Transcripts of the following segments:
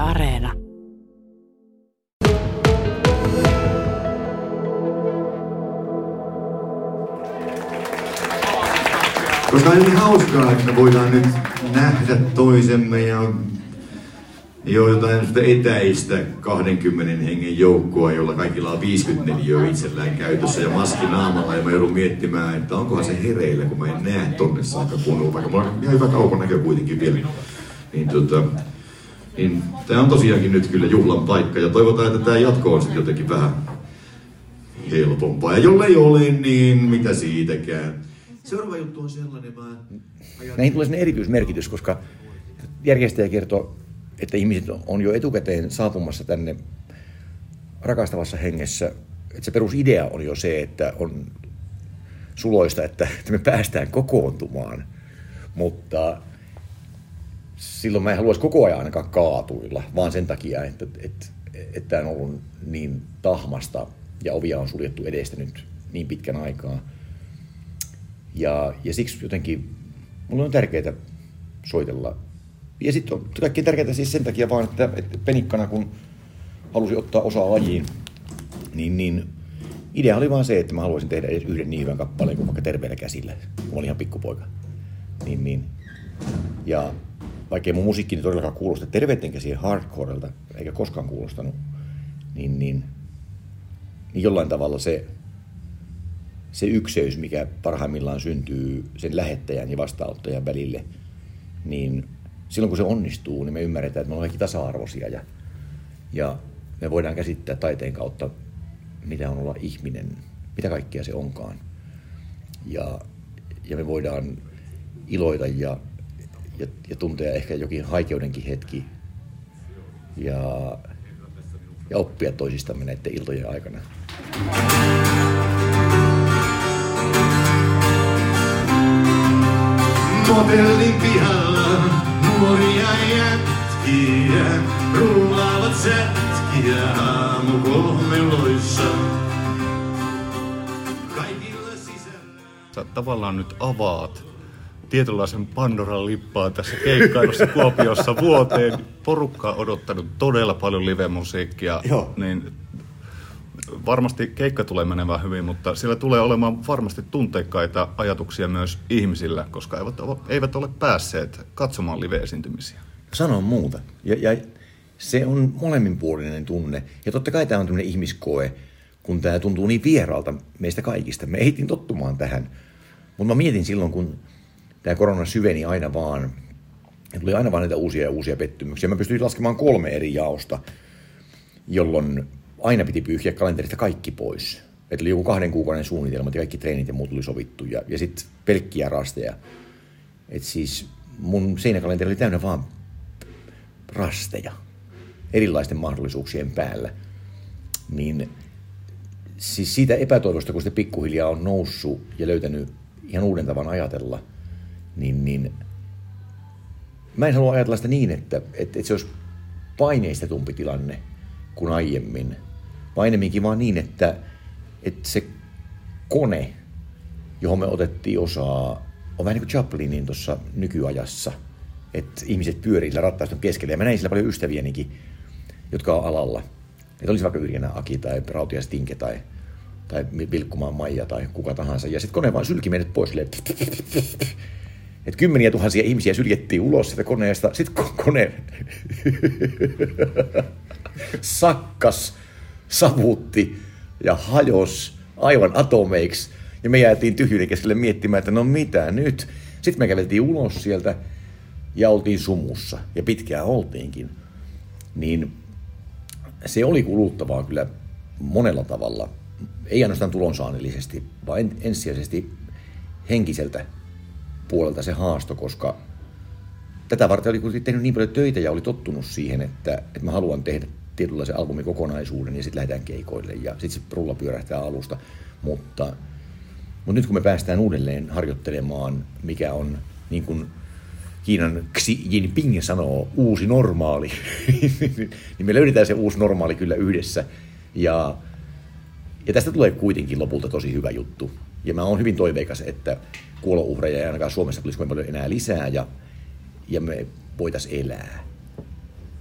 Areena. Koska on niin hauskaa, että me voidaan nyt nähdä toisemme ja jotain etäistä 20 hengen joukkoa, jolla kaikilla on 54 itsellään käytössä ja maski naamalla. Ja mä joudun miettimään, että onkohan se hereillä, kun mä en näe tonne saakka kunnolla, vaikka mulla on ihan hyvä kaupan näkö kuitenkin vielä. Niin tää on tosiaankin nyt kyllä juhlan paikka ja toivotaan, että tää jatko on sitten jotenkin vähän helpompaa. Ja jollei ole, niin mitä siitäkään. Seuraava juttu on sellainen, näihin tulee sellainen erityismerkitys, koska järjestäjä kertoo, että ihmiset on jo etukäteen saapumassa tänne rakastavassa hengessä. Että se perusidea on jo se, että on suloista, että me päästään kokoontumaan. Mutta silloin mä en haluaisi koko ajan ainakaan kaatuilla, vaan sen takia, että tämä on ollut niin tahmasta ja ovia on suljettu edestä nyt niin pitkän aikaa. Ja siksi jotenkin mulla on tärkeää soitella. Ja sitten on kaikkein tärkeää siis sen takia vaan, että penikkana kun halusin ottaa osaa lajiin, niin idea oli vaan se, että mä haluaisin tehdä edes yhden niin hyvän kappaleen kuin vaikka Terveellä käsillä, kun mä olin ihan pikkupoika. Ja vaikkei mun musiikki todellakaan kuulosta Terveiden käsien hardcorelta, eikä koskaan kuulostanut, niin jollain tavalla se ykseys, mikä parhaimmillaan syntyy sen lähettäjän ja vastaanottajan välille, niin silloin kun se onnistuu, niin me ymmärretään, että me ollaan kaikki tasa-arvoisia ja me voidaan käsittää taiteen kautta, mitä on olla ihminen, mitä kaikkea se onkaan. Ja me voidaan iloita ja tuntea ehkä jokin haikeudenkin hetki ja oppia toisistamme näiden iltojen aikana. Motellin pihalla nuoria jätkiä rullaavat sätkiä aamukolmeloissa. Kaikilla sisällä. Sä tavallaan nyt avaat tietynlaisen Pandoran lippaan tässä keikkailussa Kuopiossa vuoteen. Porukka on odottanut todella paljon live-musiikkia. Niin varmasti keikka tulee menemään hyvin, mutta siellä tulee olemaan varmasti tunteikkaita ajatuksia myös ihmisillä, koska eivät ole päässeet katsomaan live-esiintymisiä. Sano muuta. Ja se on molemminpuolinen tunne. Ja totta kai tämä on tämmöinen ihmiskoe, kun tämä tuntuu niin vieraalta meistä kaikista. Me ehditin tottumaan tähän. Mutta mä mietin silloin, kun tämä korona syveni aina vaan, ja tuli aina vaan näitä uusia ja uusia pettymyksiä. Mä pystyin laskemaan 3 eri jaosta, jolloin aina piti pyyhkiä kalenterista kaikki pois. Että oli joku 2 kuukauden suunnitelmat ja kaikki treenit ja muut tuli sovittu. Ja sitten pelkkiä rasteja. Että siis mun seinäkalenteri oli täynnä vaan rasteja. Erilaisten mahdollisuuksien päällä. Niin siis siitä epätoivosta, kun sitä pikkuhiljaa on noussut ja löytänyt ihan uuden tavan ajatella, niin mä en halua ajatella sitä niin, että se olisi paineistetumpi tilanne kuin aiemmin. Vaan enemmänkin vaan niin, että se kone, johon me otettiin osaa, on vähän niin kuin Chaplinin tuossa nykyajassa. Että ihmiset pyörii sillä rattaiston keskellä. Ja mä näin sillä paljon ystäviänikin, jotka on alalla. Että olisi vaikka Yrjänä Aki tai Rautias Tinke tai Vilkkumaan Maija tai kuka tahansa. Ja sitten kone vaan sylki meidät pois. Että 10 000 ihmisiä syljettiin ulos sitä koneesta. Sitten kone sakkas, savutti ja hajos aivan atomeiksi. Ja me jäätiin tyhjyyden keskelle miettimään, että no mitä nyt? Sitten me käveltiin ulos sieltä ja oltiin sumussa. Ja pitkään oltiinkin. Niin se oli kuluttavaa kyllä monella tavalla. Ei ainoastaan tulonsaannillisesti, vaan ensisijaisesti henkiseltä puolelta se haasto, koska tätä varten oli kuitenkin tehnyt niin paljon töitä ja oli tottunut siihen, että mä haluan tehdä tietynlaisen albumikokonaisuuden ja sitten lähdetään keikoille ja sitten se rulla pyörähtää alusta. Mutta nyt kun me päästään uudelleen harjoittelemaan, mikä on niin kuin Kiinan Xi Jinping sanoo, uusi normaali, niin me löydetään se uusi normaali kyllä yhdessä. Ja tästä tulee kuitenkin lopulta tosi hyvä juttu. Ja mä oon hyvin toiveikas, että kuolouhreja ei ainakaan Suomessa tulisi kovin paljon enää lisää ja me voitaisiin elää.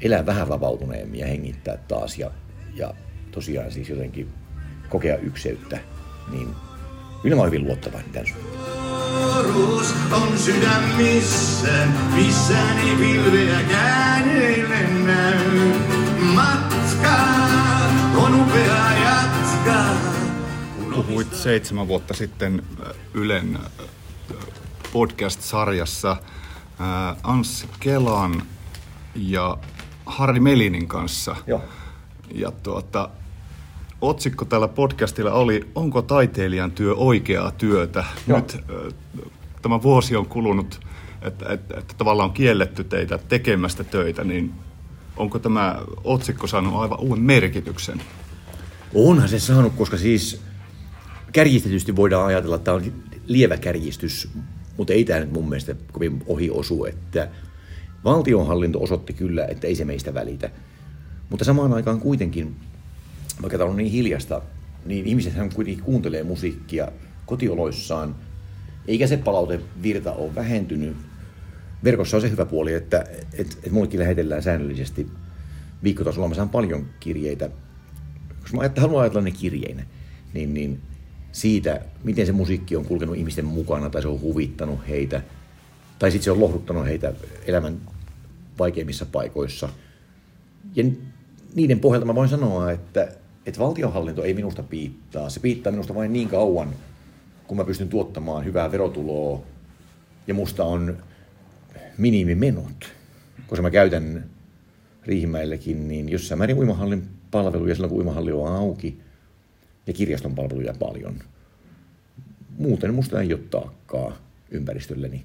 elää vähän vapautuneemmin ja hengittää taas ja tosiaan siis jotenkin kokea ykseyttä, niin kyllä mä oon hyvin luottavainen tämän suhteen. Nuoruus on sydämissä, missäni pilveäkään ei näy. Matkaa on upea jatkaa. Puhuit 7 vuotta sitten Ylen podcast-sarjassa Anssi Kelan ja Harri Melinin kanssa. Joo. Ja otsikko tällä podcastilla oli "Onko taiteilijan työ oikeaa työtä?" Joo. Nyt tämä vuosi on kulunut, että tavallaan on kielletty teitä tekemästä töitä, niin onko tämä otsikko saanut aivan uuden merkityksen? Onhan se saanut, koska siis kärjistetysti voidaan ajatella, että tämä on lievä kärjistys, mutta ei tämä nyt mun mielestä kovin ohi osu, että valtionhallinto osoitti kyllä, että ei se meistä välitä. Mutta samaan aikaan kuitenkin, vaikka tämä on niin hiljasta, niin ihmisethän kuitenkin kuuntelee musiikkia kotioloissaan, eikä se palautevirta ole vähentynyt. Verkossa on se hyvä puoli, että mullekin lähetellään säännöllisesti viikkotasolla. Mä saan paljon kirjeitä, koska mä haluan ajatella ne kirjeinä, niin siitä, miten se musiikki on kulkenut ihmisten mukana, tai se on huvittanut heitä, tai sitten se on lohduttanut heitä elämän vaikeimmissa paikoissa. Ja niiden pohjalta mä voin sanoa, että valtionhallinto ei minusta piittaa. Se piittaa minusta vain niin kauan, kun mä pystyn tuottamaan hyvää verotuloa, ja musta on minimimenot. Koska mä käytän Riihimäelläkin, niin jossain määrin uimahallin palveluja silloin, kun uimahalli on auki, ja kirjaston palveluja paljon. Muuten musta ei ole taakkaa ympäristölleni.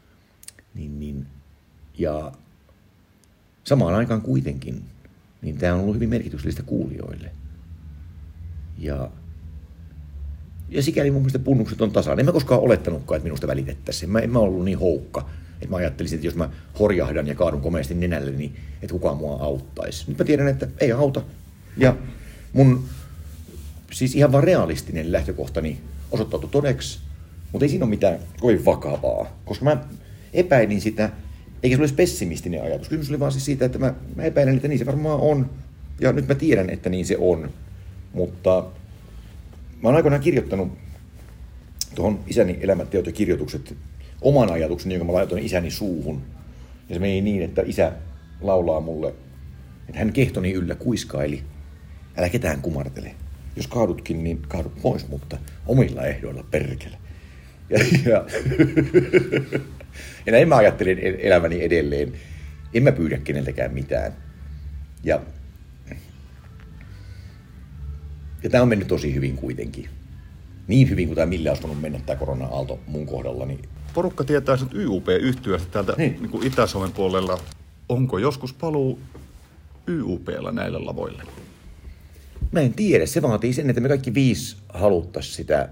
Ja samaan aikaan kuitenkin, niin tämä on ollut hyvin merkityksellistä kuulijoille. Ja sikäli mun mielestä punnukset on tasan. En mä koskaan olettanutkaan, että minusta välitettäisiin. En mä ollut niin houkka, että mä ajattelisin, että jos mä horjahdan ja kaadun komeasti nenälle, niin että kukaan mua auttaisi. Nyt mä tiedän, että ei auta. Ja mun siis ihan vaan realistinen lähtökohtani osoittautui todeksi, mutta ei siinä ole mitään kovin vakavaa, koska mä epäilin sitä, eikä se olisi pessimistinen ajatus. Kysymys oli vaan siis siitä, että mä epäilen, että niin se varmaan on, ja nyt mä tiedän, että niin se on. Mutta mä oon aikoinaan kirjoittanut tuohon isäni elämänteot ja kirjoitukset oman ajatukseni, jonka mä laitoin isäni suuhun. Ja se meni niin, että isä laulaa mulle, että hän kehtoni yllä kuiskaili, älä ketään kumartele. Jos kaadutkin, niin kaadut pois, mutta omilla ehdoilla perkele. Ja näin mä ajattelin elämäni edelleen. En mä pyydä keneltäkään mitään. Ja tämä on mennyt tosi hyvin kuitenkin. Niin hyvin kuin tämä millään olisi voinut mennä tämä korona-aalto mun kohdallani. Porukka tietää sinut YUP-yhtyeestä täältä niin kuin Itä-Suomen puolella. Onko joskus paluu YUP:lla näille lavoille? Mä en tiedä. Se vaatii sen, että me kaikki 5 haluttaisiin sitä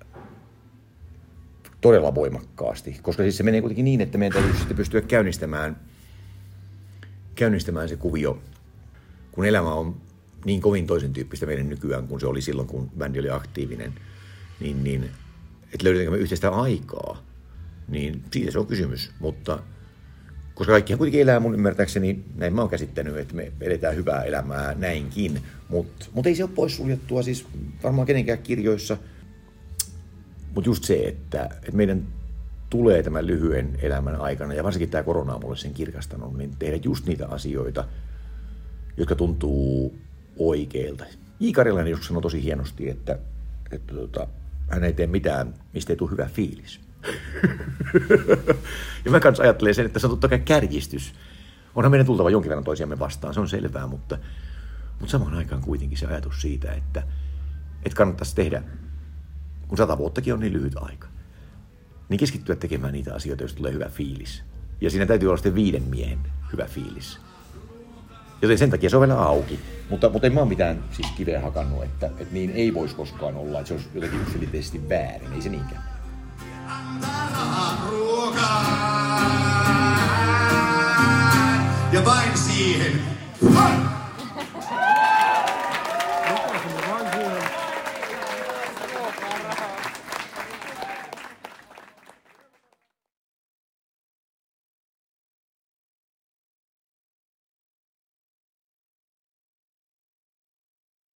todella voimakkaasti. Koska siis se menee kuitenkin niin, että meidän täytyy sitten pystyä käynnistämään se kuvio, kun elämä on niin kovin toisen tyyppistä meidän nykyään, kun se oli silloin, kun bändi oli aktiivinen. Niin että löydetäänkö me yhteistä aikaa, niin siitä se on kysymys. Mutta koska kaikkihan kuitenkin elää mun ymmärtääkseni, näin mä oon käsittänyt, että me eletään hyvää elämää näinkin, mutta ei se ole poissuljettua siis varmaan kenenkään kirjoissa. Mutta just se, että meidän tulee tämän lyhyen elämän aikana, ja varsinkin tämä korona on mulle sen kirkastanut, niin tehdä just niitä asioita, jotka tuntuu oikeilta. J. Karjalainen joskus sanoi tosi hienosti, että hän ei tee mitään, mistä ei tule hyvä fiilis. Ja mä kanssa ajattelen sen, että se on totta kai kärjistys. Onhan meidän tultava jonkin verran toisiamme vastaan, se on selvää, mutta samaan aikaan kuitenkin se ajatus siitä, että kannattaisi tehdä, kun 100 vuottakin on niin lyhyt aika, niin keskittyä tekemään niitä asioita, joista tulee hyvä fiilis. Ja siinä täytyy olla sitten 5 miehen hyvä fiilis. Joten sen takia se on vielä auki. Mutta ei mä ole mitään siis kiveä hakannut, että niin ei voisi koskaan olla, että se olisi jotenkin yksilitteisesti väärin, ei se niinkään. Ja vain siihen.